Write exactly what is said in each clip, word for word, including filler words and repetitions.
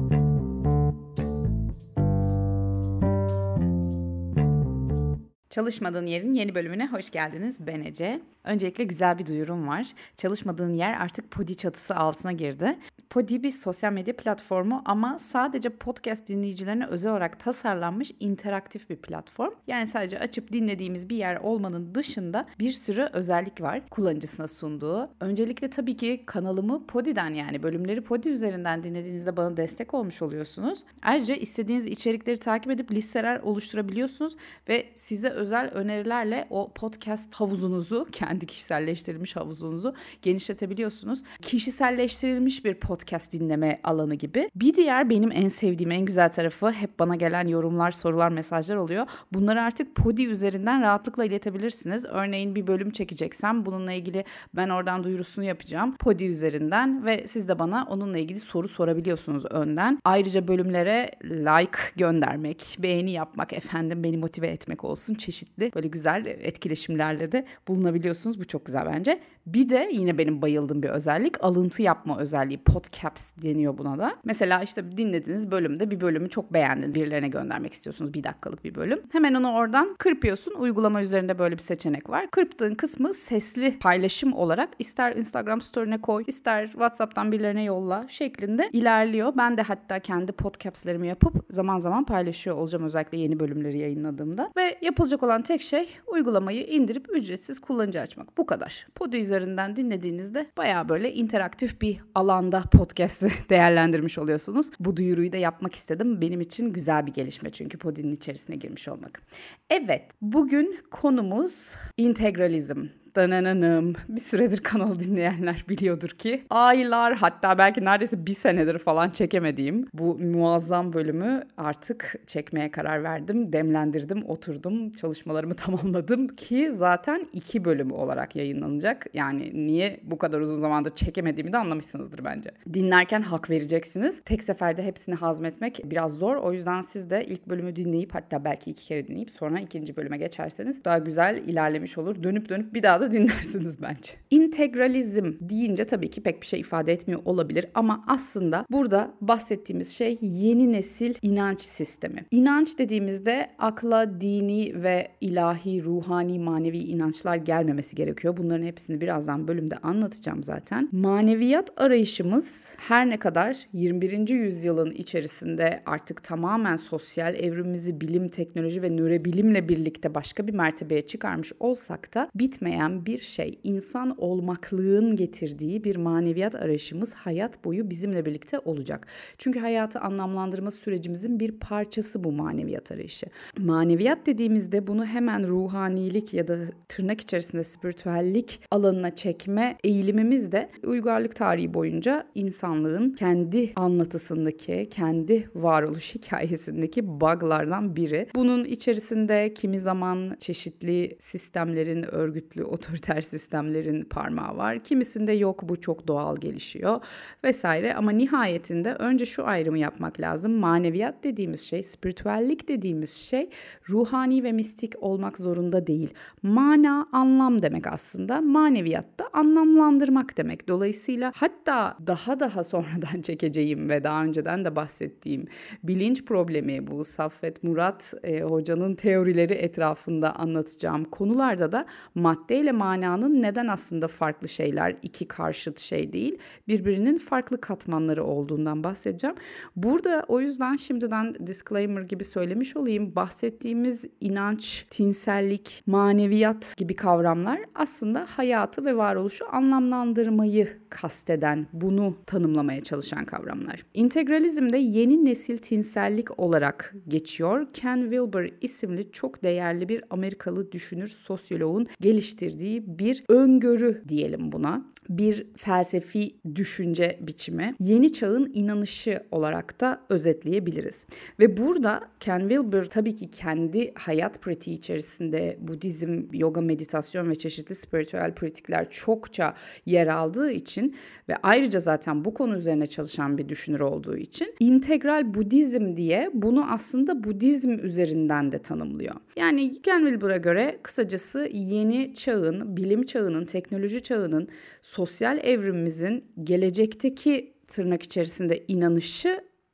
Çalışmadığın Yer'in yeni bölümüne hoş geldiniz. Ben Ece. Öncelikle güzel bir duyurum var. Çalışmadığın Yer artık Podi çatısı altına girdi. Podi bir sosyal medya platformu ama sadece podcast dinleyicilerine özel olarak tasarlanmış interaktif bir platform. Yani sadece açıp dinlediğimiz bir yer olmanın dışında bir sürü özellik var kullanıcısına sunduğu. Öncelikle tabii ki kanalımı Podi'den, yani bölümleri Podi üzerinden dinlediğinizde bana destek olmuş oluyorsunuz. Ayrıca istediğiniz içerikleri takip edip listeler oluşturabiliyorsunuz ve size özel önerilerle o podcast havuzunuzu, kendi kişiselleştirilmiş havuzunuzu genişletebiliyorsunuz. Kişiselleştirilmiş bir podcast dinleme alanı gibi. Bir diğer benim en sevdiğim, en güzel tarafı, hep bana gelen yorumlar, sorular, mesajlar oluyor. Bunları artık Podi üzerinden rahatlıkla iletebilirsiniz. Örneğin bir bölüm çekeceksem bununla ilgili ben oradan duyurusunu yapacağım Podi üzerinden ve siz de bana onunla ilgili soru sorabiliyorsunuz önden. Ayrıca bölümlere like göndermek, beğeni yapmak, efendim beni motive etmek olsun, çeşitli böyle güzel etkileşimlerle de bulunabiliyorsunuz. Bu çok güzel bence. Bir de yine benim bayıldığım bir özellik, alıntı yapma özelliği. Podcaps deniyor buna da. Mesela işte dinlediğiniz bölümde bir bölümü çok beğendiniz, birilerine göndermek istiyorsunuz, bir dakikalık bir bölüm. Hemen onu oradan kırpıyorsun. Uygulama üzerinde böyle bir seçenek var. Kırptığın kısmı sesli paylaşım olarak ister Instagram story'ne koy, ister WhatsApp'tan birilerine yolla şeklinde ilerliyor. Ben de hatta kendi podcaps'lerimi yapıp zaman zaman paylaşıyor olacağım, özellikle yeni bölümleri yayınladığımda. Ve yapılacak olan tek şey uygulamayı indirip ücretsiz kullanıcı açmak. Bu kadar. Podi üzerinden dinlediğinizde bayağı böyle interaktif bir alanda podcast'ı değerlendirmiş oluyorsunuz. Bu duyuruyu da yapmak istedim. Benim için güzel bir gelişme çünkü Podi'nin içerisine girmiş olmak. Evet, bugün konumuz integralizm. Danananım. Bir süredir kanalı dinleyenler biliyordur ki aylar, hatta belki neredeyse bir senedir falan çekemediğim bu muazzam bölümü artık çekmeye karar verdim. Demlendirdim, oturdum, çalışmalarımı tamamladım ki zaten iki bölümü olarak yayınlanacak. Yani niye bu kadar uzun zamandır çekemediğimi de anlamışsınızdır bence. Dinlerken hak vereceksiniz. Tek seferde hepsini hazmetmek biraz zor. O yüzden siz de ilk bölümü dinleyip, hatta belki iki kere dinleyip sonra ikinci bölüme geçerseniz daha güzel ilerlemiş olur. Dönüp dönüp bir daha da dinlersiniz bence. İntegralizm deyince tabii ki pek bir şey ifade etmiyor olabilir ama aslında burada bahsettiğimiz şey yeni nesil inanç sistemi. İnanç dediğimizde akla dini ve ilahi, ruhani, manevi inançlar gelmemesi gerekiyor. Bunların hepsini birazdan bölümde anlatacağım zaten. Maneviyat arayışımız her ne kadar yirmi birinci yüzyılın içerisinde artık tamamen sosyal evrimimizi bilim, teknoloji ve nörobilimle birlikte başka bir mertebeye çıkarmış olsak da bitmeyen bir şey, insan olmaklığın getirdiği bir maneviyat arayışımız hayat boyu bizimle birlikte olacak. Çünkü hayatı anlamlandırma sürecimizin bir parçası bu maneviyat arayışı. Maneviyat dediğimizde bunu hemen ruhanilik ya da tırnak içerisinde spiritüellik alanına çekme eğilimimiz de uygarlık tarihi boyunca insanlığın kendi anlatısındaki, kendi varoluş hikayesindeki bug'lardan biri. Bunun içerisinde kimi zaman çeşitli sistemlerin, örgütlü otoriter sistemlerin parmağı var. Kimisinde yok, bu çok doğal gelişiyor vesaire. Ama nihayetinde önce şu ayrımı yapmak lazım. Maneviyat dediğimiz şey, spiritüellik dediğimiz şey ruhani ve mistik olmak zorunda değil. Mana, anlam demek aslında. Maneviyat da anlamlandırmak demek. Dolayısıyla hatta daha daha sonradan çekeceğim ve daha önceden de bahsettiğim bilinç problemi, bu Saffet Murat e, hocanın teorileri etrafında anlatacağım konularda da maddeyle mananın neden aslında farklı şeyler, iki karşıt şey değil, birbirinin farklı katmanları olduğundan bahsedeceğim. Burada o yüzden şimdiden disclaimer gibi söylemiş olayım. Bahsettiğimiz inanç, tinsellik, maneviyat gibi kavramlar aslında hayatı ve varoluşu anlamlandırmayı kasteden, bunu tanımlamaya çalışan kavramlar. İntegralizm de yeni nesil tinsellik olarak geçiyor. Ken Wilber isimli çok değerli bir Amerikalı düşünür, sosyoloğun geliştirdiği bir öngörü diyelim buna. Bir felsefi düşünce biçimi. Yeni çağın inanışı olarak da özetleyebiliriz. Ve burada Ken Wilber tabii ki kendi hayat pratiği içerisinde Budizm, yoga, meditasyon ve çeşitli spiritüel pratikler çokça yer aldığı için ve ayrıca zaten bu konu üzerine çalışan bir düşünür olduğu için integral Budizm diye bunu aslında Budizm üzerinden de tanımlıyor. Yani Ken Wilber'a göre kısacası yeni çağın, bilim çağının, teknoloji çağının, sosyal evrimimizin gelecekteki tırnak içerisinde inanışı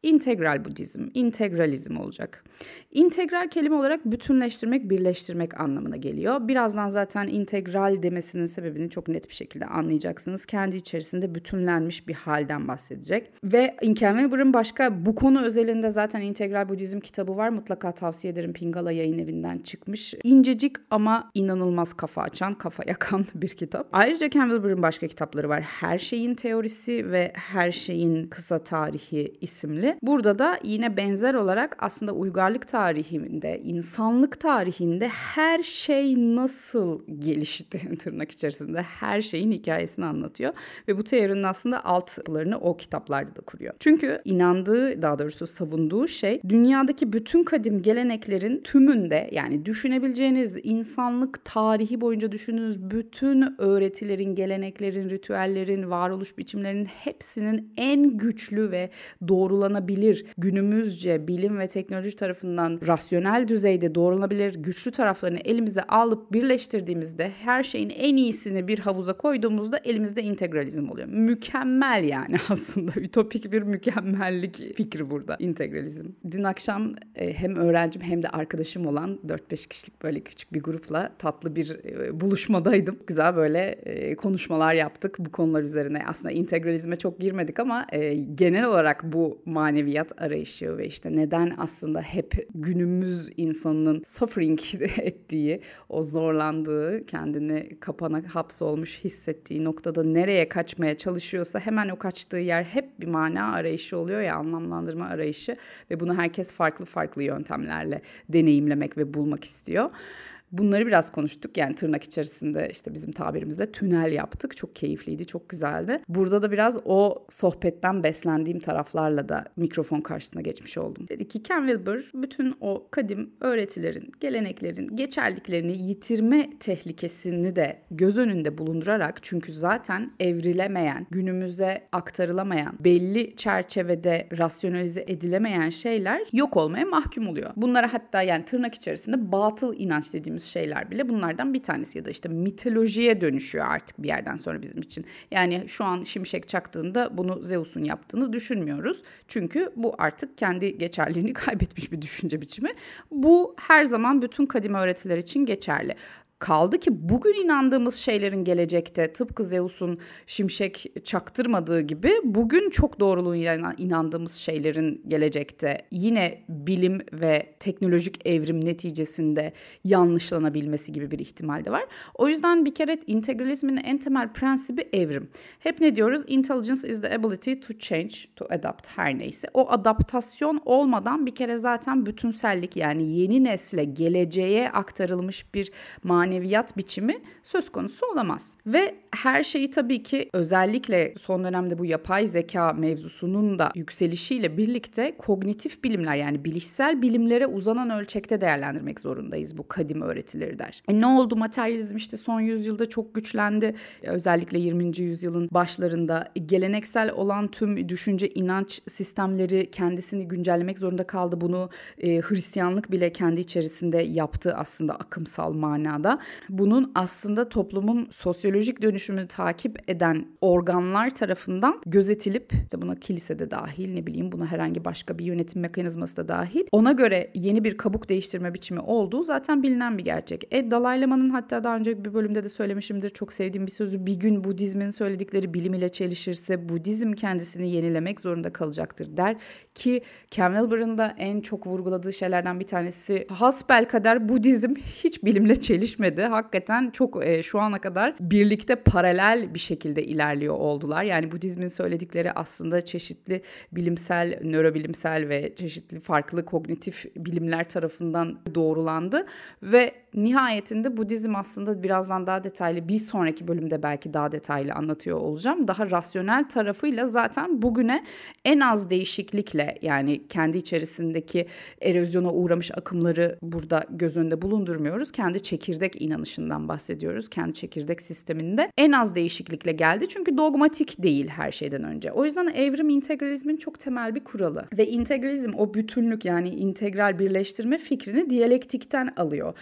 integral Budizm, integralizm olacak. İntegral kelime olarak bütünleştirmek, birleştirmek anlamına geliyor. Birazdan zaten integral demesinin sebebini çok net bir şekilde anlayacaksınız. Kendi içerisinde bütünlenmiş bir halden bahsedecek. Ve Ken Wilber'ın başka bu konu özelinde zaten integral Budizm kitabı var. Mutlaka tavsiye ederim. Pingala Yayın Evi'nden çıkmış. İncecik ama inanılmaz kafa açan, kafa yakan bir kitap. Ayrıca Ken Wilber'ın başka kitapları var. Her Şeyin Teorisi ve Her Şeyin Kısa Tarihi isimli. Burada da yine benzer olarak aslında uygarlık tarihinde, insanlık tarihinde her şey nasıl gelişti tırnak içerisinde her şeyin hikayesini anlatıyor. Ve bu teorinin aslında altlarını o kitaplarda da kuruyor. Çünkü inandığı, daha doğrusu savunduğu şey dünyadaki bütün kadim geleneklerin tümünde, yani düşünebileceğiniz insanlık tarihi boyunca düşündüğünüz bütün öğretilerin, geleneklerin, ritüellerin, varoluş biçimlerinin hepsinin en güçlü ve doğrulanabilir, günümüzce bilim ve teknoloji tarafından rasyonel düzeyde doğrulanabilir güçlü taraflarını elimize alıp birleştirdiğimizde, her şeyin en iyisini bir havuza koyduğumuzda elimizde integralizm oluyor. Mükemmel yani aslında. Ütopik bir mükemmellik fikri burada integralizm. Dün akşam e, hem öğrencim hem de arkadaşım olan dört beş kişilik böyle küçük bir grupla tatlı bir e, buluşmadaydım. Güzel böyle e, konuşmalar yaptık bu konular üzerine. Aslında integralizme çok girmedik ama e, genel olarak bu maneviyat arayışı ve işte neden aslında hep günümüz insanının suffering ettiği, o zorlandığı, kendini kapana hapsolmuş hissettiği noktada nereye kaçmaya çalışıyorsa hemen o kaçtığı yer hep bir mana arayışı oluyor ya, anlamlandırma arayışı ve bunu herkes farklı farklı yöntemlerle deneyimlemek ve bulmak istiyor. Bunları biraz konuştuk. Yani tırnak içerisinde işte bizim tabirimizle tünel yaptık. Çok keyifliydi, çok güzeldi. Burada da biraz o sohbetten beslendiğim taraflarla da mikrofon karşısına geçmiş oldum. Dedi ki Ken Wilber bütün o kadim öğretilerin, geleneklerin geçerliliklerini yitirme tehlikesini de göz önünde bulundurarak, çünkü zaten evrilemeyen, günümüze aktarılamayan, belli çerçevede rasyonalize edilemeyen şeyler yok olmaya mahkum oluyor. Bunlara hatta yani tırnak içerisinde batıl inanç dediğimiz şeyler bile bunlardan bir tanesi, ya da işte mitolojiye dönüşüyor artık bir yerden sonra bizim için. Yani şu an şimşek çaktığında bunu Zeus'un yaptığını düşünmüyoruz. Çünkü bu artık kendi geçerliliğini kaybetmiş bir düşünce biçimi. Bu her zaman bütün kadim öğretiler için geçerli. Kaldı ki bugün inandığımız şeylerin gelecekte tıpkı Zeus'un şimşek çaktırmadığı gibi bugün çok doğruluğuna inandığımız şeylerin gelecekte yine bilim ve teknolojik evrim neticesinde yanlışlanabilmesi gibi bir ihtimal de var. O yüzden bir kere integralizmin en temel prensibi evrim. Hep ne diyoruz? Intelligence is the ability to change, to adapt, her neyse. O adaptasyon olmadan bir kere zaten bütünsellik, yani yeni nesle, geleceğe aktarılmış bir maneviyat maneviyat biçimi söz konusu olamaz. Ve her şeyi tabii ki özellikle son dönemde bu yapay zeka mevzusunun da yükselişiyle birlikte kognitif bilimler, yani bilişsel bilimlere uzanan ölçekte değerlendirmek zorundayız bu kadim öğretileri der. E ne oldu? Materyalizm işte son yüzyılda çok güçlendi. Özellikle yirminci yüzyılın başlarında geleneksel olan tüm düşünce, inanç sistemleri kendisini güncellemek zorunda kaldı. Bunu e, Hristiyanlık bile kendi içerisinde yaptı aslında akımsal manada. Bunun aslında toplumun sosyolojik dönüşümünü takip eden organlar tarafından gözetilip, işte buna kilise de dahil, ne bileyim buna herhangi başka bir yönetim mekanizması da dahil, ona göre yeni bir kabuk değiştirme biçimi olduğu zaten bilinen bir gerçek. E, Dalai Lama'nın, hatta daha önce bir bölümde de söylemişimdir, çok sevdiğim bir sözü, bir gün Budizmin söyledikleri bilim ile çelişirse Budizm kendisini yenilemek zorunda kalacaktır der ki Ken Wilber'ın da en çok vurguladığı şeylerden bir tanesi, hasbelkader Budizm hiç bilimle çelişmedi. Hakikaten çok e, şu ana kadar birlikte paralel bir şekilde ilerliyor oldular. Yani Budizmin söyledikleri aslında çeşitli bilimsel, nörobilimsel ve çeşitli farklı kognitif bilimler tarafından doğrulandı ve nihayetinde Budizm aslında birazdan daha detaylı, bir sonraki bölümde belki daha detaylı anlatıyor olacağım. Daha rasyonel tarafıyla zaten bugüne en az değişiklikle, yani kendi içerisindeki erozyona uğramış akımları burada göz önünde bulundurmuyoruz. Kendi çekirdek inanışından bahsediyoruz. Kendi çekirdek sisteminde en az değişiklikle geldi. Çünkü dogmatik değil her şeyden önce. O yüzden evrim integralizmin çok temel bir kuralı. Ve integralizm o bütünlük, yani integral birleştirme fikrini diyalektikten alıyor. Diyalektik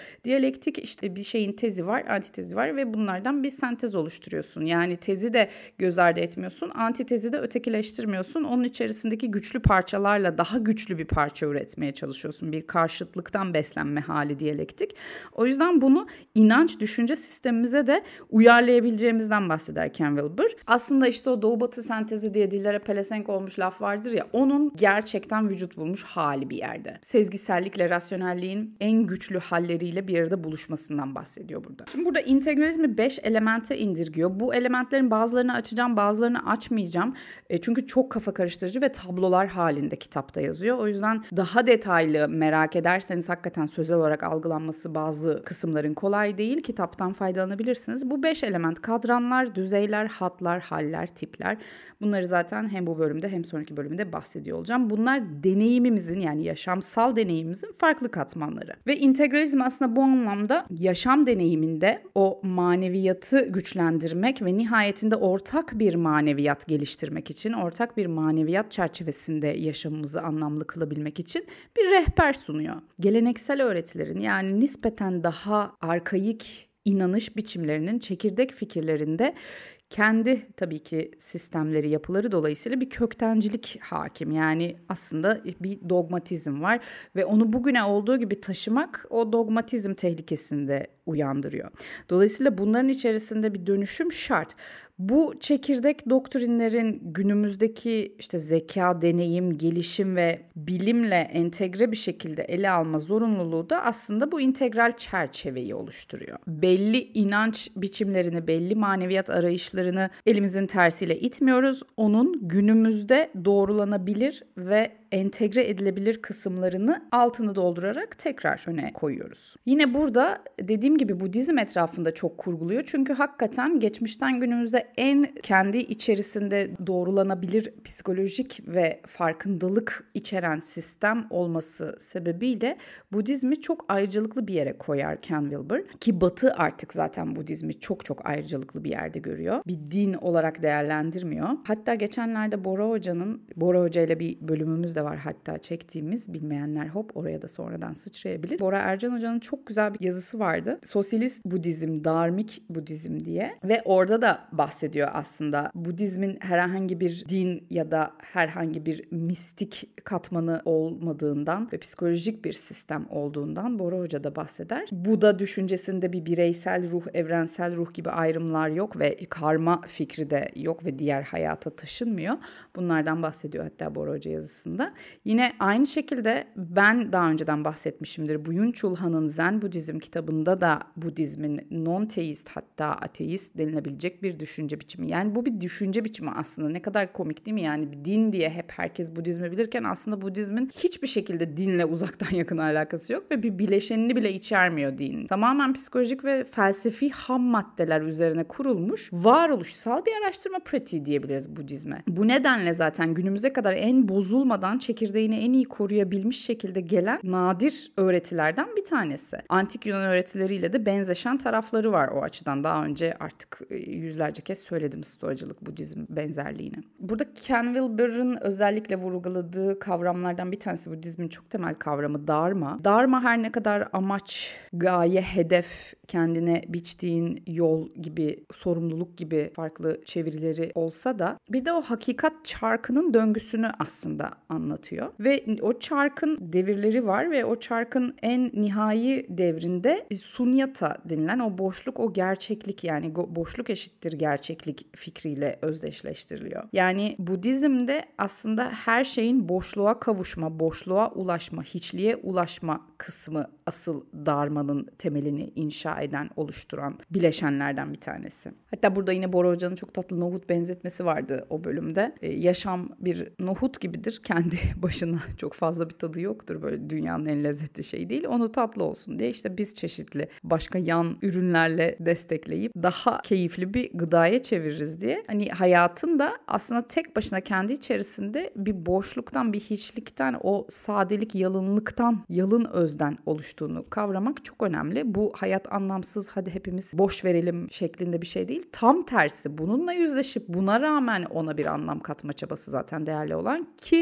diyalektik, işte bir şeyin tezi var, antitezi var ve bunlardan bir sentez oluşturuyorsun. Yani tezi de göz ardı etmiyorsun, antitezi de ötekileştirmiyorsun. Onun içerisindeki güçlü parçalarla daha güçlü bir parça üretmeye çalışıyorsun. Bir karşıtlıktan beslenme hali diyalektik. O yüzden bunu inanç, düşünce sistemimize de uyarlayabileceğimizden bahseder Ken Wilber. Aslında işte o doğu batı sentezi diye dillere pelesenk olmuş laf vardır ya, onun gerçekten vücut bulmuş hali bir yerde. Sezgisellikle rasyonelliğin en güçlü halleriyle bir arada buluşmasından bahsediyor burada. Şimdi burada integralizmi beş elemente indirgiyor. Bu elementlerin bazılarını açacağım, bazılarını açmayacağım. E, çünkü çok kafa karıştırıcı ve tablolar halinde kitapta yazıyor. O yüzden daha detaylı merak ederseniz hakikaten sözel olarak algılanması bazı kısımların kolay değil. Kitaptan faydalanabilirsiniz. Bu beş element: kadranlar, düzeyler, hatlar, haller, tipler. Bunları zaten hem bu bölümde hem sonraki bölümde bahsediyor olacağım. Bunlar deneyimimizin, yani yaşamsal deneyimimizin farklı katmanları. Ve integralizm aslında bu anlamda yaşam deneyiminde o maneviyatı güçlendirmek ve nihayetinde ortak bir maneviyat geliştirmek için, ortak bir maneviyat çerçevesinde yaşamımızı anlamlı kılabilmek için bir rehber sunuyor. Geleneksel öğretilerin, yani nispeten daha arkaik inanış biçimlerinin çekirdek fikirlerinde kendi tabii ki sistemleri, yapıları dolayısıyla bir köktencilik hakim. Yani aslında bir dogmatizm var ve onu bugüne olduğu gibi taşımak o dogmatizm tehlikesini de uyandırıyor. Dolayısıyla bunların içerisinde bir dönüşüm şart. Bu çekirdek doktrinlerin günümüzdeki işte zeka, deneyim, gelişim ve bilimle entegre bir şekilde ele alma zorunluluğu da aslında bu integral çerçeveyi oluşturuyor. Belli inanç biçimlerini, belli maneviyat arayışlarını elimizin tersiyle itmiyoruz. Onun günümüzde doğrulanabilir ve entegre edilebilir kısımlarını altını doldurarak tekrar öne koyuyoruz. Yine burada dediğim gibi Budizm etrafında çok kurguluyor. Çünkü hakikaten geçmişten günümüzde en kendi içerisinde doğrulanabilir psikolojik ve farkındalık içeren sistem olması sebebiyle Budizmi çok ayrıcalıklı bir yere koyar Ken Wilber. Ki Batı artık zaten Budizmi çok çok ayrıcalıklı bir yerde görüyor. Bir din olarak değerlendirmiyor. Hatta geçenlerde Bora Hoca'nın, Bora Hoca ile bir bölümümüz de var hatta çektiğimiz, bilmeyenler hop oraya da sonradan sıçrayabilir. Bora Ercan Hoca'nın çok güzel bir yazısı vardı. Sosyalist Budizm, Dharmik Budizm diye ve orada da bahsediyor aslında Budizmin herhangi bir din ya da herhangi bir mistik katmanı olmadığından ve psikolojik bir sistem olduğundan Bora Hoca da bahseder. Buda düşüncesinde bir bireysel ruh, evrensel ruh gibi ayrımlar yok ve karma fikri de yok ve diğer hayata taşınmıyor. Bunlardan bahsediyor hatta Bora Hoca yazısında. Yine aynı şekilde ben daha önceden bahsetmişimdir. Byung-Chul Han'ın Zen Budizm kitabında da Budizmin non-teist hatta ateist denilebilecek bir düşünce biçimi. Yani bu bir düşünce biçimi aslında. Ne kadar komik değil mi? Yani bir din diye hep herkes Budizmi bilirken aslında Budizmin hiçbir şekilde dinle uzaktan yakın alakası yok ve bir bileşenini bile içermiyor din. Tamamen psikolojik ve felsefi ham maddeler üzerine kurulmuş varoluşsal bir araştırma pratiği diyebiliriz Budizme. Bu nedenle zaten günümüze kadar en bozulmadan çekirdeğini en iyi koruyabilmiş şekilde gelen nadir öğretilerden bir tanesi. Antik Yunan öğretileriyle de benzeşen tarafları var o açıdan. Daha önce artık yüzlerce kez söyledim Stoacılık, Budizm benzerliğini. Burada Ken Wilber'ın özellikle vurguladığı kavramlardan bir tanesi Budizmin çok temel kavramı Dharma. Dharma her ne kadar amaç, gaye, hedef, kendine biçtiğin yol gibi, sorumluluk gibi farklı çevirileri olsa da bir de o hakikat çarkının döngüsünü aslında anlatıyor. Ve o çarkın devirleri var ve o çarkın en nihai devrinde sunyata denilen o boşluk, o gerçeklik, yani boşluk eşittir gerçeklik fikriyle özdeşleştiriliyor. Yani Budizm'de aslında her şeyin boşluğa kavuşma, boşluğa ulaşma, hiçliğe ulaşma kısmı asıl Dharma'nın temelini inşa eden, oluşturan bileşenlerden bir tanesi. Hatta burada yine Bora Hoca'nın çok tatlı nohut benzetmesi vardı o bölümde. Ee, yaşam bir nohut gibidir. Kendi başına çok fazla bir tadı yoktur. Böyle dünyanın en lezzetli şeyi değil. Onu tatlı olsun diye işte biz çeşitli başka yan ürünlerle destekleyip daha keyifli bir gıdaya çeviririz diye. Hani hayatın da aslında tek başına kendi içerisinde bir boşluktan, bir hiçlikten, o sadelik, yalınlıktan, yalın özden oluştuğunu kavramak çok önemli. Bu hayat anlamsız, hadi hepimiz boş verelim şeklinde bir şey değil. Tam tersi, bununla yüzleşip buna rağmen ona bir anlam katma çabası zaten değerli olan, ki bunu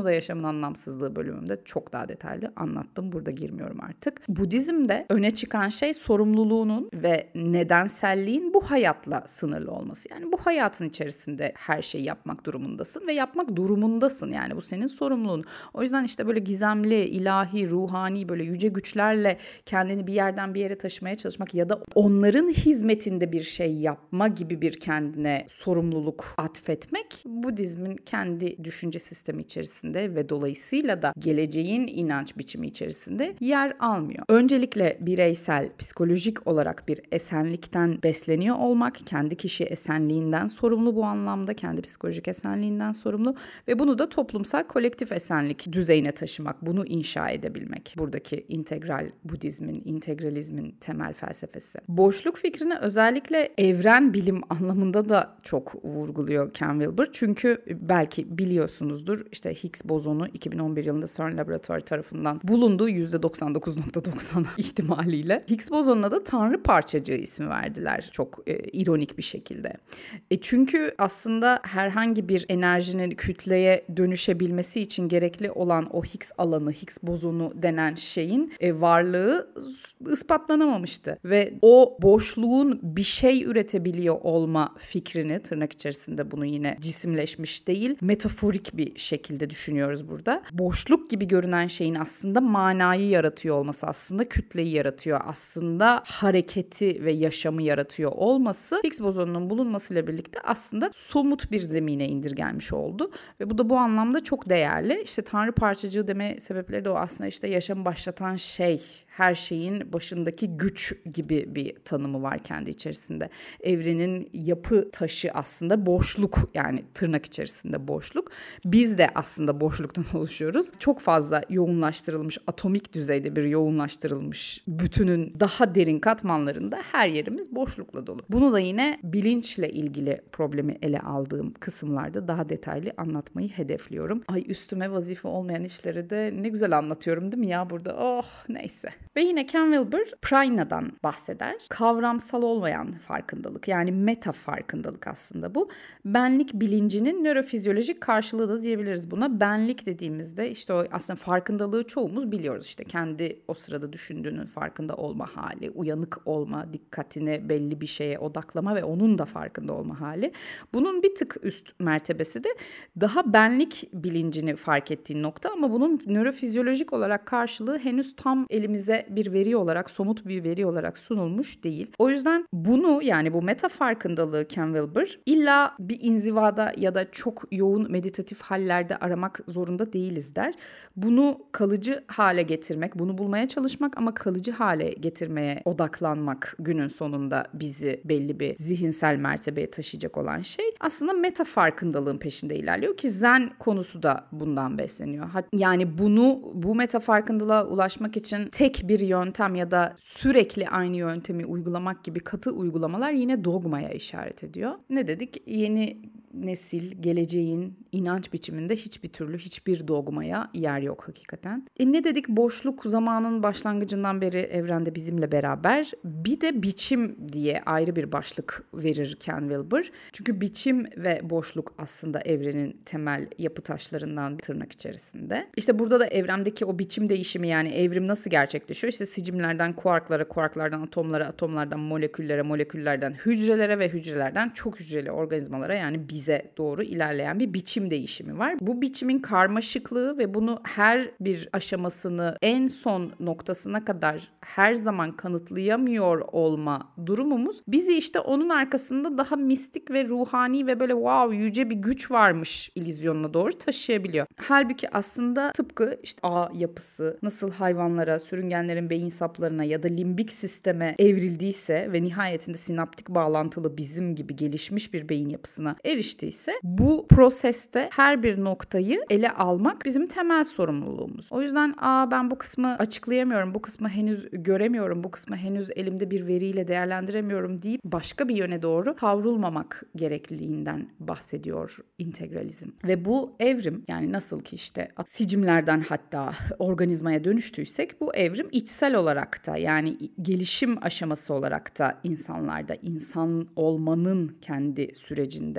Bunu da yaşamın anlamsızlığı bölümümde çok daha detaylı anlattım. Burada girmiyorum artık. Budizm'de öne çıkan şey sorumluluğunun ve nedenselliğin bu hayatla sınırlı olması. Yani bu hayatın içerisinde her şeyi yapmak durumundasın ve yapmak durumundasın. Yani bu senin sorumluluğun. O yüzden işte böyle gizemli, ilahi, ruhani böyle yüce güçlerle kendini bir yerden bir yere taşımaya çalışmak ya da onların hizmetinde bir şey yapma gibi bir kendine sorumluluk atfetmek Budizmin kendi düşünce sistemi içerisinde ve dolayısıyla da geleceğin inanç biçimi içerisinde yer almıyor. Öncelikle bireysel, psikolojik olarak bir esenlikten besleniyor olmak, kendi kişi esenliğinden sorumlu bu anlamda, kendi psikolojik esenliğinden sorumlu ve bunu da toplumsal kolektif esenlik düzeyine taşımak, bunu inşa edebilmek. Buradaki integral Budizmin, integralizmin temel felsefesi. Boşluk fikrini özellikle evren bilim anlamında da çok vurguluyor Ken Wilber. Çünkü belki biliyorsunuzdur işte Higgs bozonu iki bin on bir yılında CERN laboratuvarı tarafından bulunduğu yüzde doksan dokuz virgül doksan ihtimaliyle. Higgs bozonuna da Tanrı parçacığı ismi verdiler çok e, ironik bir şekilde. E çünkü aslında herhangi bir enerjinin kütleye dönüşebilmesi için gerekli olan o Higgs alanı, Higgs bozonu denen şeyin e, varlığı ispatlanamamıştı. Ve o boşluğun bir şey üretebiliyor olma fikrini, tırnak içerisinde bunu yine cisimleşmiş değil, metaforik bir şekilde düşünüyoruz burada. Boşluk gibi görünen şeyin aslında manayı yaratıyor olması, aslında kütleyi yaratıyor, aslında hareketi ve yaşamı yaratıyor olması Higgs bozonunun bulunmasıyla birlikte aslında somut bir zemine indirgenmiş oldu. Ve bu da bu anlamda çok değerli. İşte Tanrı parçacığı deme sebepleri de o aslında işte yaşamı başlatan şey, her şeyin başındaki güç gibi bir tanımı var kendi içerisinde. Evrenin yapı taşı aslında boşluk, yani tırnak içerisinde boşluk. Biz de aslında boşluktan oluşuyoruz. Çok fazla yoğunlaştırılmış, atomik düzeyde bir yoğunlaştırılmış bütünün daha derin katmanlarında her yerimiz boşlukla dolu. Bunu da yine bilinçle ilgili problemi ele aldığım kısımlarda daha detaylı anlatmayı hedefliyorum. Ay üstüme vazife olmayan işleri de ne güzel anlatıyorum değil mi ya burada? Oh neyse. Ve yine Ken Wilber Prana'dan bahseder. Kavramsal olmayan farkındalık, yani meta farkındalık aslında bu. Benlik bilincinin nörofizyolojik karşılığı da diyebiliriz buna. Benlik dediğimizde işte o aslında farkındalığı çoğumuz biliyoruz. İşte kendi o sırada düşündüğünün farkında olma hali, uyanık olma, dikkatini belli bir şeye odaklama ve onun da farkında olma hali. Bunun bir tık üst mertebesi de daha benlik bilincini fark ettiğin nokta, ama bunun nörofizyolojik olarak karşılığı henüz tam elimize bir veri olarak, somut bir veri olarak sunulmuş değil. O yüzden bunu, yani bu meta farkındalığı Ken Wilber illa bir inzivada ya da çok yoğun meditatif hallerde aramak zorunda değiliz der. Bunu kalıcı hale getirmek, bunu bulmaya çalışmak ama kalıcı hale getirmeye odaklanmak günün sonunda bizi belli bir zihinsel mertebeye taşıyacak olan şey aslında meta farkındalığın peşinde ilerliyor ki Zen konusu da bundan besleniyor. Yani bunu, bu meta farkındalığa ulaşmak için tek bir yöntem ya da sürekli aynı yöntemi uygulamak gibi katı uygulamalar yine dogmaya işaret ediyor. Ne dedik? Yeni nesil, geleceğin inanç biçiminde hiçbir türlü hiçbir dogmaya yer yok hakikaten. E ne dedik? Boşluk zamanın başlangıcından beri evrende bizimle beraber. Bir de biçim diye ayrı bir başlık verir Ken Wilber. Çünkü biçim ve boşluk aslında evrenin temel yapı taşlarından bir tırnak içerisinde. İşte burada da evrendeki o biçim değişimi, yani evrim nasıl gerçekleşiyor? İşte sicimlerden kuarklara, kuarklardan atomlara, atomlardan moleküllere, moleküllerden hücrelere ve hücrelerden çok hücreli organizmalara, yani biz bize doğru ilerleyen bir biçim değişimi var. Bu biçimin karmaşıklığı ve bunu her bir aşamasını en son noktasına kadar her zaman kanıtlayamıyor olma durumumuz bizi işte onun arkasında daha mistik ve ruhani ve böyle wow yüce bir güç varmış illüzyonuna doğru taşıyabiliyor. Halbuki aslında tıpkı işte ağ yapısı nasıl hayvanlara, sürüngenlerin beyin saplarına ya da limbik sisteme evrildiyse ve nihayetinde sinaptik bağlantılı bizim gibi gelişmiş bir beyin yapısına eriştiyse, bu proseste her bir noktayı ele almak bizim temel sorumluluğumuz. O yüzden aa ben bu kısmı açıklayamıyorum, bu kısmı henüz göremiyorum, bu kısmı henüz elimde bir veriyle değerlendiremiyorum deyip başka bir yöne doğru kavrulmamak gerekliliğinden bahsediyor integralizm. Ve bu evrim, yani nasıl ki işte sicimlerden hatta organizmaya dönüştüysek, bu evrim içsel olarak da, yani gelişim aşaması olarak da insanlarda, insan olmanın kendi sürecinde vücut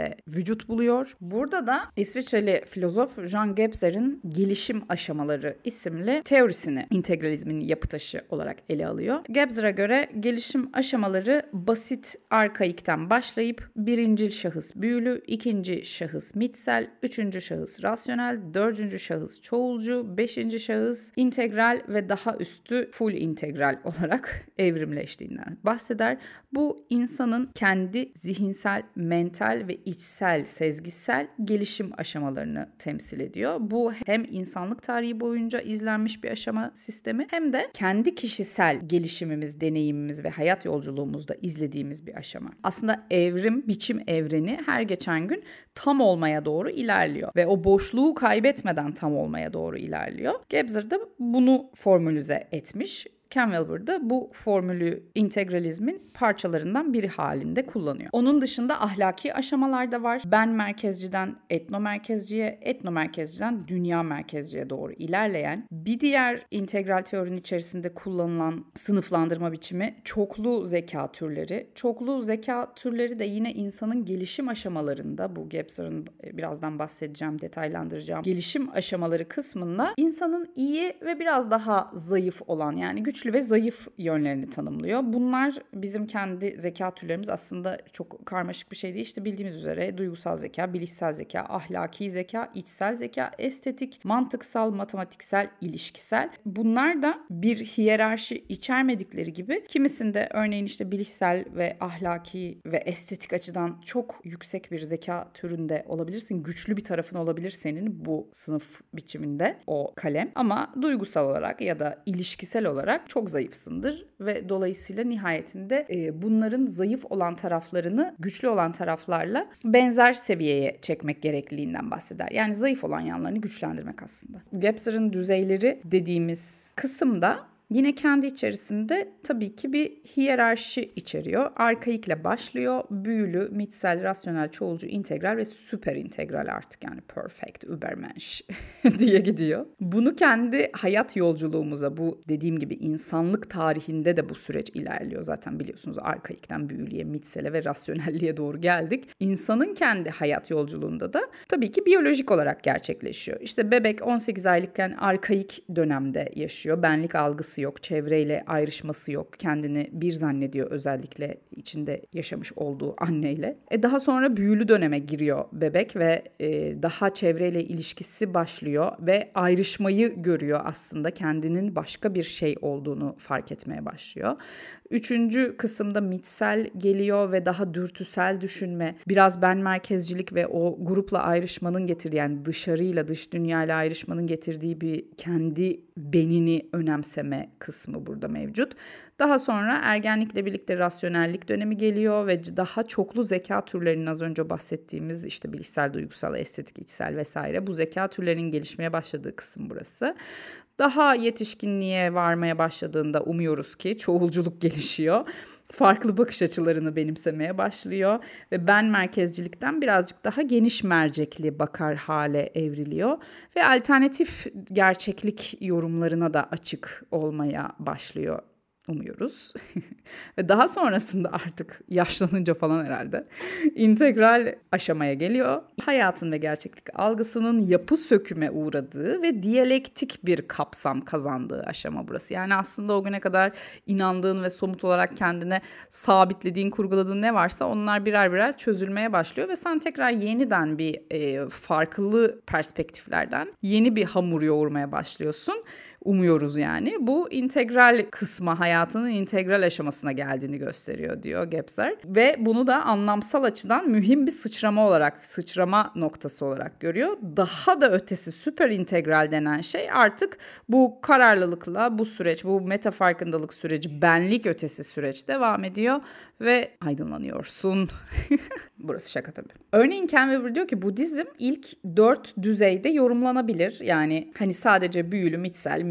vücut buluyor. Burada da İsviçreli filozof Jean Gebser'in Gelişim Aşamaları isimli teorisini integralizmin yapı taşı olarak ele alıyor. Gebser'e göre gelişim aşamaları basit arkaikten başlayıp birincil şahıs büyülü, ikinci şahıs mitsel, üçüncü şahıs rasyonel, dördüncü şahıs çoğulcu, beşinci şahıs integral ve daha üstü full integral olarak evrimleştiğinden bahseder. Bu insanın kendi zihinsel, mental ve içsel, sezgisel gelişim aşamalarını temsil ediyor. Bu hem insanlık tarihi boyunca izlenmiş bir aşama sistemi hem de kendi kişisel gelişimimiz, deneyimimiz ve hayat yolculuğumuzda izlediğimiz bir aşama. Aslında evrim, biçim evreni her geçen gün tam olmaya doğru ilerliyor ve o boşluğu kaybetmeden tam olmaya doğru ilerliyor. Gebser de bunu formülize etmiş. Ken Wilber da bu formülü integralizmin parçalarından biri halinde kullanıyor. Onun dışında ahlaki aşamalar da var. Ben merkezciden etnomerkezciye, etnomerkezciden dünya merkezciye doğru ilerleyen bir diğer integral teorinin içerisinde kullanılan sınıflandırma biçimi çoklu zeka türleri. Çoklu zeka türleri de yine insanın gelişim aşamalarında, bu Gebser'ın birazdan bahsedeceğim, detaylandıracağım gelişim aşamaları kısmında insanın iyi ve biraz daha zayıf olan, yani güçlü ve zayıf yönlerini tanımlıyor. Bunlar bizim kendi zeka türlerimiz, aslında çok karmaşık bir şey değil. İşte bildiğimiz üzere duygusal zeka, bilişsel zeka, ahlaki zeka, içsel zeka, estetik, mantıksal, matematiksel, ilişkisel. Bunlar da bir hiyerarşi içermedikleri gibi kimisinde örneğin işte bilişsel ve ahlaki ve estetik açıdan çok yüksek bir zeka türünde olabilirsin. Güçlü bir tarafın olabilir senin bu sınıf biçiminde o kalem. Ama duygusal olarak ya da ilişkisel olarak çok zayıfsındır ve dolayısıyla nihayetinde e, bunların zayıf olan taraflarını güçlü olan taraflarla benzer seviyeye çekmek gerekliliğinden bahseder. Yani zayıf olan yanlarını güçlendirmek aslında. Gebser'ın düzeyleri dediğimiz kısımda yine kendi içerisinde tabii ki bir hiyerarşi içeriyor. Arkaikle başlıyor. Büyülü, mitsel, rasyonel, çoğulcu, integral ve süper integral, artık yani perfect, übermensch diye gidiyor. Bunu kendi hayat yolculuğumuza, bu dediğim gibi insanlık tarihinde de bu süreç ilerliyor. Zaten biliyorsunuz arkaikten büyülüye, mitsele ve rasyonelliğe doğru geldik. İnsanın kendi hayat yolculuğunda da tabii ki biyolojik olarak gerçekleşiyor. İşte bebek on sekiz aylıkken arkaik dönemde yaşıyor. Benlik algısı yok, çevreyle ayrışması yok, kendini bir zannediyor, özellikle içinde yaşamış olduğu anneyle. E daha sonra büyülü döneme giriyor bebek ve e, daha çevreyle ilişkisi başlıyor ve ayrışmayı görüyor, aslında kendinin başka bir şey olduğunu fark etmeye başlıyor. Üçüncü kısımda mitsel geliyor ve daha dürtüsel düşünme, biraz ben merkezcilik ve o grupla ayrışmanın getirdiği, yani dışarıyla, dış dünyayla ayrışmanın getirdiği bir kendi benini önemseme kısmı burada mevcut. Daha sonra ergenlikle birlikte rasyonellik dönemi geliyor ve daha çoklu zeka türlerinin, az önce bahsettiğimiz işte bilişsel, duygusal, estetik, içsel vesaire, bu zeka türlerinin gelişmeye başladığı kısım burası. Daha yetişkinliğe varmaya başladığında umuyoruz ki çoğulculuk gelişiyor. Farklı bakış açılarını benimsemeye başlıyor ve ben merkezcilikten birazcık daha geniş mercekli bakar hale evriliyor ve alternatif gerçeklik yorumlarına da açık olmaya başlıyor. Umuyoruz. Ve daha sonrasında artık yaşlanınca falan herhalde integral aşamaya geliyor. Hayatın ve gerçeklik algısının yapı söküme uğradığı ve diyalektik bir kapsam kazandığı aşama burası. Yani aslında o güne kadar inandığın ve somut olarak kendine sabitlediğin, kurguladığın ne varsa onlar birer birer çözülmeye başlıyor ve sen tekrar yeniden bir e, farklı perspektiflerden yeni bir hamur yoğurmaya başlıyorsun. Umuyoruz yani. Bu integral kısma, hayatının integral aşamasına geldiğini gösteriyor diyor Gebser. Ve bunu da anlamsal açıdan mühim bir sıçrama olarak, sıçrama noktası olarak görüyor. Daha da ötesi süper integral denen şey artık bu kararlılıkla bu süreç, bu meta farkındalık süreci, benlik ötesi süreç devam ediyor ve aydınlanıyorsun. Burası şaka tabii. Örneğin Ken Wilber diyor ki Budizm ilk dört düzeyde yorumlanabilir. Yani hani sadece büyülü, mitsel,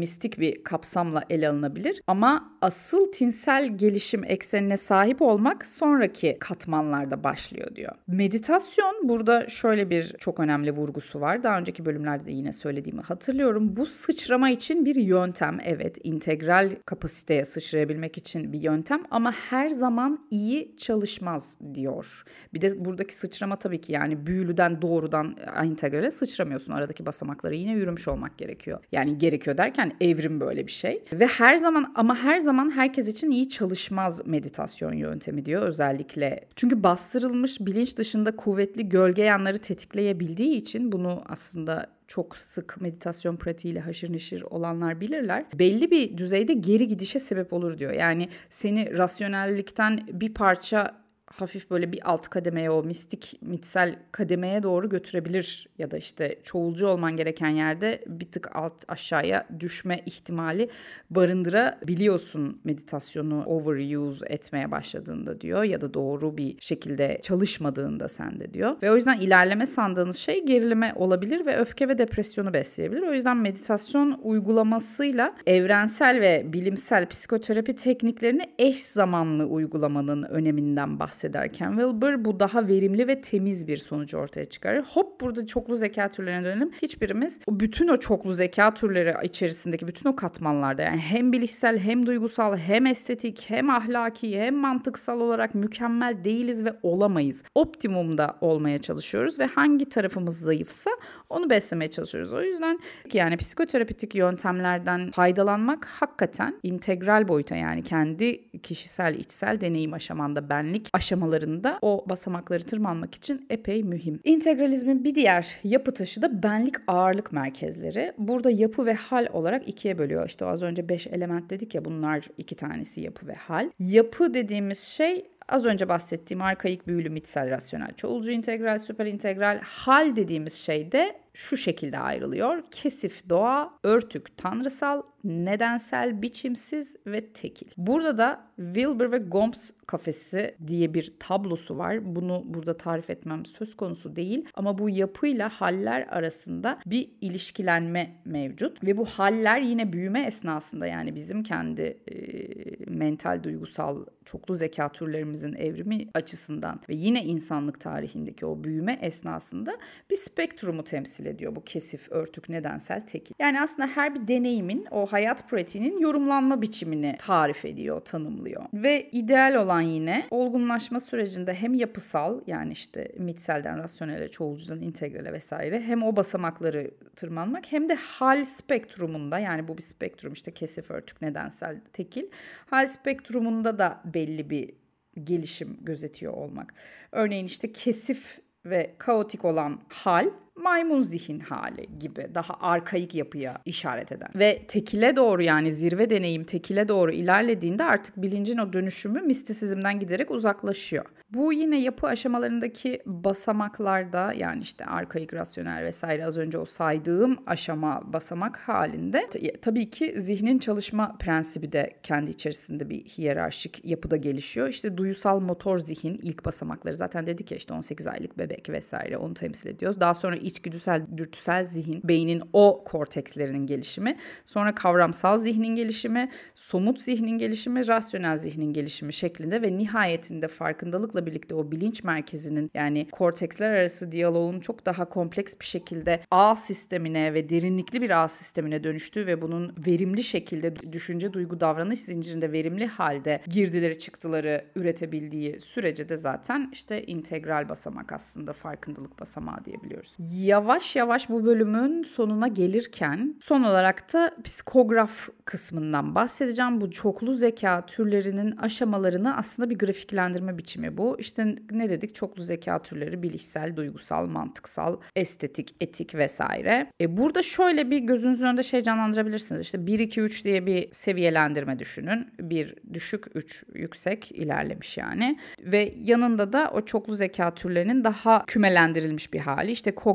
mistik bir kapsamla ele alınabilir. Ama asıl tinsel gelişim eksenine sahip olmak sonraki katmanlarda başlıyor diyor. Meditasyon burada şöyle bir çok önemli vurgusu var. Daha önceki bölümlerde de yine söylediğimi hatırlıyorum. Bu sıçrama için bir yöntem. Evet, integral kapasiteye sıçrayabilmek için bir yöntem ama her zaman iyi çalışmaz diyor. Bir de buradaki sıçrama tabii ki yani büyülüden doğrudan integrale sıçramıyorsun. Aradaki basamakları yine yürümüş olmak gerekiyor. Yani gerekiyor derken evrim böyle bir şey. Ve her zaman ama her zaman herkes için iyi çalışmaz meditasyon yöntemi diyor özellikle. Çünkü bastırılmış bilinç dışında kuvvetli gölge yanları tetikleyebildiği için bunu aslında çok sık meditasyon pratiğiyle haşır neşir olanlar bilirler. Belli bir düzeyde geri gidişe sebep olur diyor. Yani seni rasyonellikten bir parça hafif böyle bir alt kademeye, o mistik, mitsel kademeye doğru götürebilir ya da işte çoğulcu olman gereken yerde bir tık alt aşağıya düşme ihtimali barındırabiliyorsun meditasyonu overuse etmeye başladığında diyor ya da doğru bir şekilde çalışmadığında sende diyor. Ve o yüzden ilerleme sandığınız şey gerilime olabilir ve öfke ve depresyonu besleyebilir. O yüzden meditasyon uygulamasıyla evrensel ve bilimsel psikoterapi tekniklerini eş zamanlı uygulamanın öneminden bahsediyor. Ederken Wilber bu daha verimli ve temiz bir sonucu ortaya çıkarır. Hop burada çoklu zeka türlerine dönelim. Hiçbirimiz o bütün o çoklu zeka türleri içerisindeki bütün o katmanlarda yani hem bilişsel hem duygusal hem estetik hem ahlaki hem mantıksal olarak mükemmel değiliz ve olamayız. Optimumda olmaya çalışıyoruz ve hangi tarafımız zayıfsa onu beslemeye çalışıyoruz. O yüzden yani psikoterapitik yöntemlerden faydalanmak hakikaten integral boyuta yani kendi kişisel içsel deneyim aşamanda benlik aşamalarında o basamakları tırmanmak için epey mühim. İntegralizmin bir diğer yapı taşı da benlik ağırlık merkezleri. Burada yapı ve hal olarak ikiye bölüyor. İşte az önce beş element dedik ya bunlar iki tanesi yapı ve hal. Yapı dediğimiz şey az önce bahsettiğim arkaik, büyülü, mitsel, rasyonel, çoğulcu, integral, süper integral. Hal dediğimiz şey de şu şekilde ayrılıyor. Kesif doğa, örtük tanrısal, nedensel, biçimsiz ve tekil. Burada da Wilber ve Gomez kafesi diye bir tablosu var. Bunu burada tarif etmem söz konusu değil. Ama bu yapıyla haller arasında bir ilişkilenme mevcut. Ve bu haller yine büyüme esnasında yani bizim kendi e, mental, duygusal, çoklu zeka türlerimizin evrimi açısından ve yine insanlık tarihindeki o büyüme esnasında bir spektrumu temsil ediyor bu kesif, örtük, nedensel, tekil. Yani aslında her bir deneyimin o hayat pratiğinin yorumlanma biçimini tarif ediyor, tanımlıyor. Ve ideal olan yine olgunlaşma sürecinde hem yapısal yani işte mitselden rasyonele, çoğulcudan integrale vesaire hem o basamakları tırmanmak hem de hal spektrumunda yani bu bir spektrum işte kesif, örtük, nedensel, tekil. Hal spektrumunda da belli bir gelişim gözetiyor olmak. Örneğin işte kesif ve kaotik olan hal maymun zihin hali gibi daha arkaik yapıya işaret eden. Ve tekile doğru yani zirve deneyim tekile doğru ilerlediğinde artık bilincin o dönüşümü mistisizmden giderek uzaklaşıyor. Bu yine yapı aşamalarındaki basamaklarda yani işte arkaik, rasyonel vesaire az önce o saydığım aşama basamak halinde t- tabii ki zihnin çalışma prensibi de kendi içerisinde bir hiyerarşik yapıda gelişiyor. İşte duyusal motor zihin ilk basamakları zaten dedik ya işte on sekiz aylık bebek vesaire onu temsil ediyoruz. Daha sonra içgüdüsel, dürtüsel zihin, beynin o kortekslerinin gelişimi, sonra kavramsal zihnin gelişimi, somut zihnin gelişimi, rasyonel zihnin gelişimi şeklinde ve nihayetinde farkındalıkla birlikte o bilinç merkezinin yani korteksler arası diyaloğun çok daha kompleks bir şekilde ağ sistemine ve derinlikli bir ağ sistemine dönüştüğü ve bunun verimli şekilde düşünce, duygu, davranış zincirinde verimli halde girdileri, çıktıları üretebildiği sürece de zaten işte integral basamak aslında farkındalık basamağı diyebiliyoruz. Yavaş yavaş bu bölümün sonuna gelirken son olarak da psikograf kısmından bahsedeceğim. Bu çoklu zeka türlerinin aşamalarını aslında bir grafiklendirme biçimi bu. İşte ne dedik? Çoklu zeka türleri bilişsel, duygusal, mantıksal, estetik, etik vesaire. E burada şöyle bir gözünüzün önünde şey canlandırabilirsiniz. İşte bir iki üç diye bir seviyelendirme düşünün. bir düşük, üç yüksek ilerlemiş yani. Ve yanında da o çoklu zeka türlerinin daha kümelendirilmiş bir hali. İşte kognitif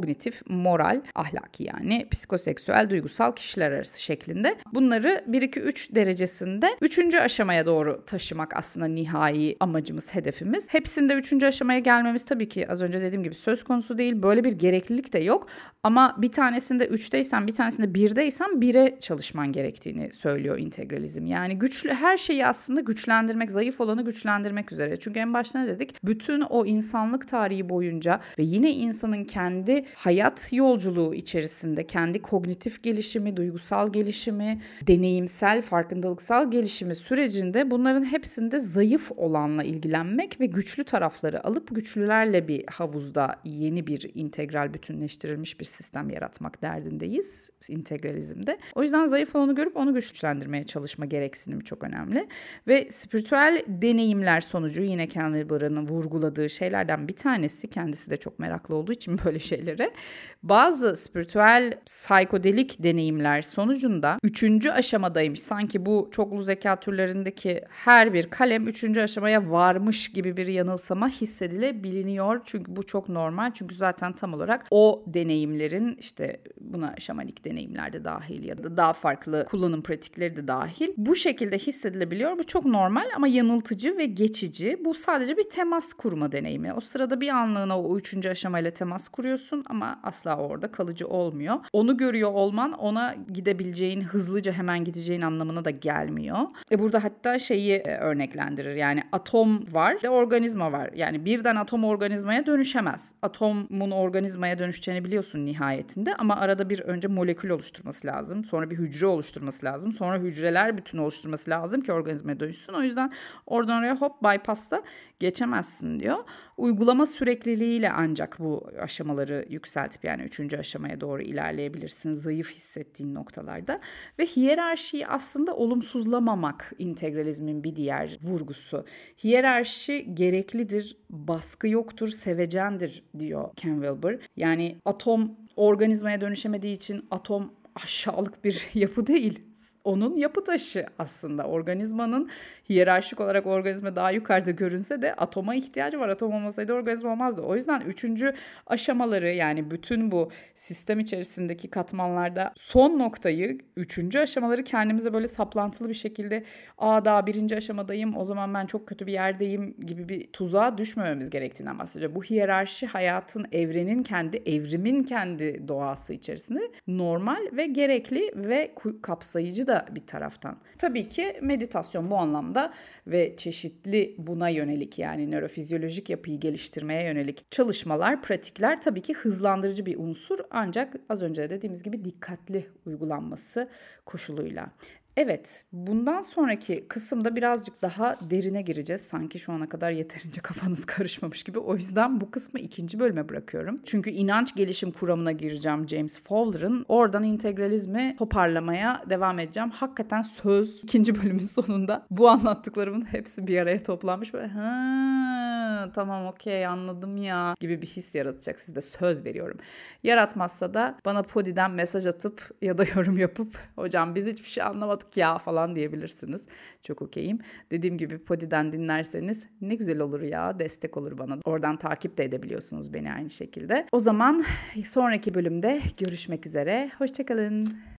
kognitif, moral, ahlaki yani psikoseksüel, duygusal, kişiler arası şeklinde. Bunları bir iki üç derecesinde üçüncü aşamaya doğru taşımak aslında nihai amacımız, hedefimiz. Hepsinde üçüncü aşamaya gelmemiz tabii ki az önce dediğim gibi söz konusu değil. Böyle bir gereklilik de yok. Ama bir tanesinde üçteysen, bir tanesinde birdeysen bire çalışman gerektiğini söylüyor integralizm. Yani güçlü her şeyi aslında güçlendirmek, zayıf olanı güçlendirmek üzere. Çünkü en başta ne dedik? Bütün o insanlık tarihi boyunca ve yine insanın kendi hayat yolculuğu içerisinde kendi kognitif gelişimi, duygusal gelişimi, deneyimsel, farkındalıksal gelişimi sürecinde bunların hepsinde zayıf olanla ilgilenmek ve güçlü tarafları alıp güçlülerle bir havuzda yeni bir integral, bütünleştirilmiş bir sistem yaratmak derdindeyiz integralizmde. O yüzden zayıf olanı görüp onu güçlendirmeye çalışma gereksinimi çok önemli. Ve spiritüel deneyimler sonucu yine Ken Wilber'ın vurguladığı şeylerden bir tanesi, kendisi de çok meraklı olduğu için böyle şeylere, bazı spiritüel psikodelik deneyimler sonucunda üçüncü aşamadaymış. Sanki bu çoklu zeka türlerindeki her bir kalem üçüncü aşamaya varmış gibi bir yanılsama hissedilebiliyor. Çünkü bu çok normal. Çünkü zaten tam olarak o deneyimlerin, işte buna şamanik deneyimler de dahil ya da daha farklı kullanım pratikleri de dahil, bu şekilde hissedilebiliyor. Bu çok normal ama yanıltıcı ve geçici. Bu sadece bir temas kurma deneyimi. O sırada bir anlığına o üçüncü aşamayla temas kuruyorsun ama asla orada kalıcı olmuyor. Onu görüyor olman ona gidebileceğin, hızlıca hemen gideceğin anlamına da gelmiyor. E burada hatta şeyi e, örneklendirir. Yani atom var ve organizma var. Yani birden atom organizmaya dönüşemez. Atomun organizmaya dönüşeceğini biliyorsun nihayetinde ama arada bir önce molekül oluşturması lazım. Sonra bir hücre oluşturması lazım. Sonra hücreler bütün oluşturması lazım ki organizmaya dönüşsün. O yüzden oradan oraya hop bypass'ta geçemezsin diyor. Uygulama sürekliliğiyle ancak bu aşamaları yükseltip yani üçüncü aşamaya doğru ilerleyebilirsin zayıf hissettiğin noktalarda. Ve hiyerarşiyi aslında olumsuzlamamak integralizmin bir diğer vurgusu. Hiyerarşi gereklidir, baskı yoktur, sevecendir diyor Ken Wilber. Yani atom organizmaya dönüşemediği için atom aşağılık bir yapı değil. Onun yapı taşı aslında. Organizmanın hiyerarşik olarak organizma daha yukarıda görünse de atoma ihtiyacı var. Atom olmasaydı organizma olmazdı. O yüzden üçüncü aşamaları, yani bütün bu sistem içerisindeki katmanlarda son noktayı, üçüncü aşamaları kendimize böyle saplantılı bir şekilde aa daha birinci aşamadayım, o zaman ben çok kötü bir yerdeyim gibi bir tuzağa düşmememiz gerektiğinden bahsediyor. Bu hiyerarşi hayatın, evrenin kendi, evrimin kendi doğası içerisinde normal ve gerekli ve kapsayıcı da bir taraftan. Tabii ki meditasyon bu anlamda ve çeşitli buna yönelik, yani nörofizyolojik yapıyı geliştirmeye yönelik çalışmalar, pratikler tabii ki hızlandırıcı bir unsur, ancak az önce de dediğimiz gibi dikkatli uygulanması koşuluyla. Evet, bundan sonraki kısımda birazcık daha derine gireceğiz. Sanki şu ana kadar yeterince kafanız karışmamış gibi. O yüzden bu kısmı ikinci bölüme bırakıyorum. Çünkü inanç gelişim kuramına gireceğim James Fowler'ın. Oradan integralizmi toparlamaya devam edeceğim. Hakikaten söz ikinci bölümün sonunda bu anlattıklarımın hepsi bir araya toplanmış. Böyle ha tamam okey anladım ya gibi bir his yaratacak. Size söz veriyorum. Yaratmazsa da bana Podi'den mesaj atıp ya da yorum yapıp hocam biz hiçbir şey anlamadık ya falan diyebilirsiniz. Çok okeyim. Dediğim gibi Podi'den dinlerseniz ne güzel olur ya, destek olur bana. Oradan takip de edebiliyorsunuz beni aynı şekilde. O zaman sonraki bölümde görüşmek üzere. Hoşçakalın.